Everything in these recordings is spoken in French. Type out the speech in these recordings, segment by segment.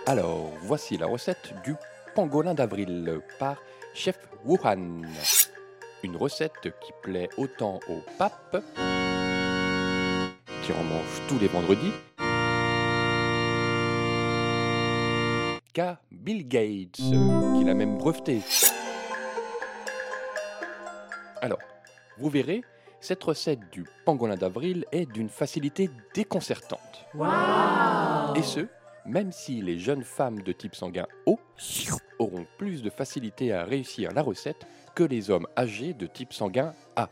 Alors, voici la recette du pangolin d'avril par Chef Wuhan. Une recette qui plaît autant au pape, qui en mange tous les vendredis, qu'à Bill Gates, qui l'a même breveté. Alors, vous verrez, cette recette du pangolin d'avril est d'une facilité déconcertante. Waouh! Et ce, même si les jeunes femmes de type sanguin O auront plus de facilité à réussir la recette que les hommes âgés de type sanguin A.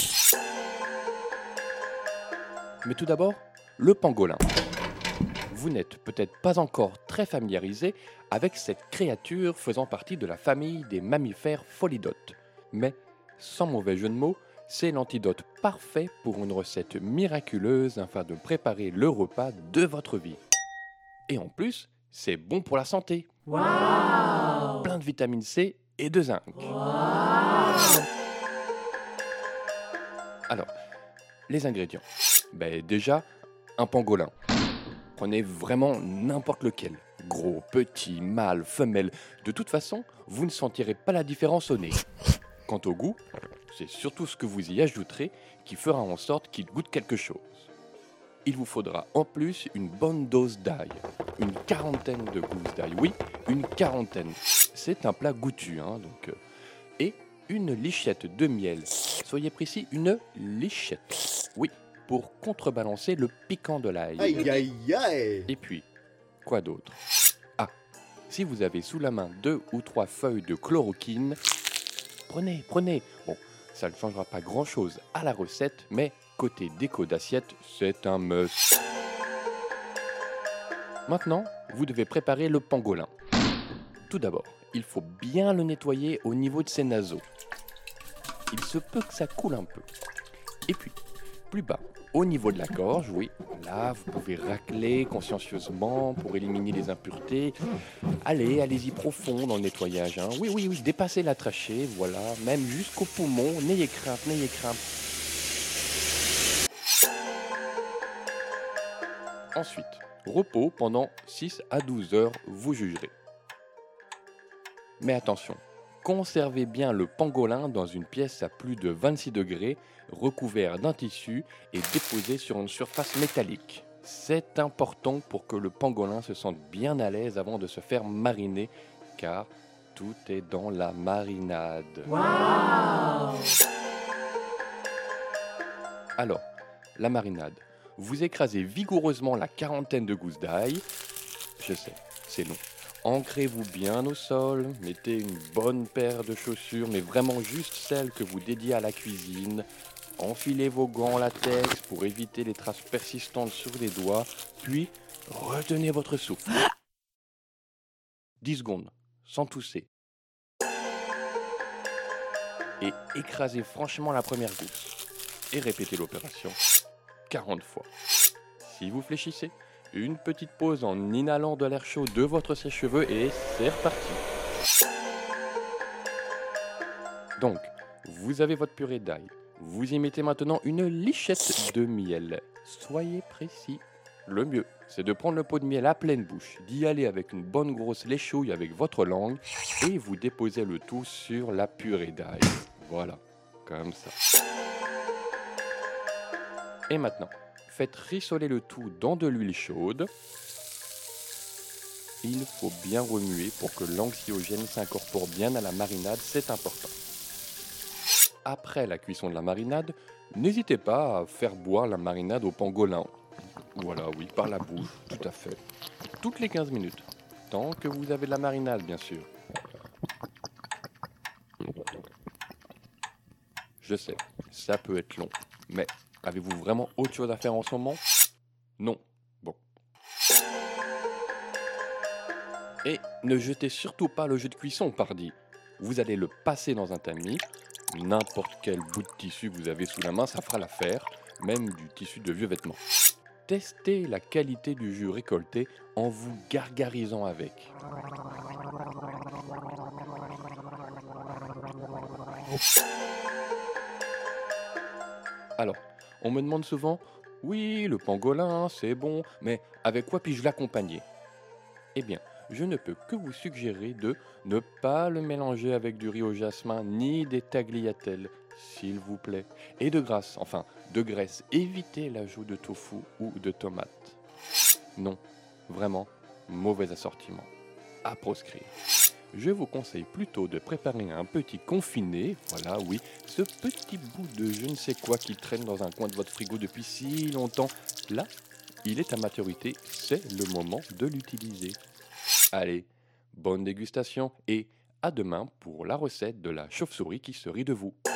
Mais tout d'abord, le pangolin. Vous n'êtes peut-être pas encore très familiarisé avec cette créature faisant partie de la famille des mammifères folidotes. Mais, sans mauvais jeu de mots, c'est l'antidote parfait pour une recette miraculeuse afin de préparer le repas de votre vie. Et en plus, c'est bon pour la santé. Waouh! Plein de vitamine C et de zinc. Waouh! Alors, les ingrédients. Déjà, un pangolin. Prenez vraiment n'importe lequel. Gros, petit, mâle, femelle. De toute façon, vous ne sentirez pas la différence au nez. Quant au goût, c'est surtout ce que vous y ajouterez qui fera en sorte qu'il goûte quelque chose. Il vous faudra en plus une bonne dose d'ail. Une quarantaine de gousses d'ail. Oui, une quarantaine. C'est un plat goûtu, et une lichette de miel. Soyez précis, une lichette. Oui, pour contrebalancer le piquant de l'ail. Aïe aïe aïe! Et puis, quoi d'autre? Ah, si vous avez sous la main 2 ou 3 feuilles de chloroquine, prenez. Bon, ça ne changera pas grand-chose à la recette, mais côté déco d'assiette, c'est un must. Maintenant, vous devez préparer le pangolin. Tout d'abord, il faut bien le nettoyer au niveau de ses naseaux. Il se peut que ça coule un peu. Et puis, plus bas, au niveau de la gorge, oui, là, vous pouvez racler consciencieusement pour éliminer les impuretés. Allez-y profond dans le nettoyage. Oui, dépassez la trachée, voilà, même jusqu'au poumon. N'ayez crainte. Ensuite, repos pendant 6 à 12 heures, vous jugerez. Mais attention, conservez bien le pangolin dans une pièce à plus de 26 degrés, recouvert d'un tissu et déposé sur une surface métallique. C'est important pour que le pangolin se sente bien à l'aise avant de se faire mariner, car tout est dans la marinade. Waouh! Alors, la marinade. Vous écrasez vigoureusement la quarantaine de gousses d'ail. Je sais, c'est long. Ancrez-vous bien au sol, mettez une bonne paire de chaussures, mais vraiment juste celles que vous dédiez à la cuisine. Enfilez vos gants en latex pour éviter les traces persistantes sur les doigts, puis retenez votre souffle. 10 secondes, sans tousser. Et écrasez franchement la première gousse. Et répétez l'opération 40 fois. Si vous fléchissez, une petite pause en inhalant de l'air chaud de votre sèche-cheveux et c'est reparti. Donc, vous avez votre purée d'ail. Vous y mettez maintenant une lichette de miel. Soyez précis. Le mieux, c'est de prendre le pot de miel à pleine bouche, d'y aller avec une bonne grosse léchouille avec votre langue et vous déposez le tout sur la purée d'ail. Voilà, comme ça. Et maintenant, faites rissoler le tout dans de l'huile chaude. Il faut bien remuer pour que l'anxiogène s'incorpore bien à la marinade, c'est important. Après la cuisson de la marinade, n'hésitez pas à faire boire la marinade au pangolin. Voilà, oui, par la bouche, tout à fait. Toutes les 15 minutes. Tant que vous avez de la marinade, bien sûr. Je sais, ça peut être long, mais avez-vous vraiment autre chose à faire en ce moment? Non. Bon. Et ne jetez surtout pas le jus de cuisson, pardi. Vous allez le passer dans un tamis. N'importe quel bout de tissu que vous avez sous la main, ça fera l'affaire, même du tissu de vieux vêtements. Testez la qualité du jus récolté en vous gargarisant avec. Alors, on me demande souvent, oui, le pangolin, c'est bon, mais avec quoi puis-je l'accompagner? Eh bien, je ne peux que vous suggérer de ne pas le mélanger avec du riz au jasmin ni des tagliatelles, s'il vous plaît. Et de grâce, enfin de graisse, évitez l'ajout de tofu ou de tomates. Non, vraiment, mauvais assortiment. À proscrire. Je vous conseille plutôt de préparer un petit confiné, voilà, oui, ce petit bout de je ne sais quoi qui traîne dans un coin de votre frigo depuis si longtemps. Là, il est à maturité, c'est le moment de l'utiliser. Allez, bonne dégustation et à demain pour la recette de la chauve-souris qui se rit de vous.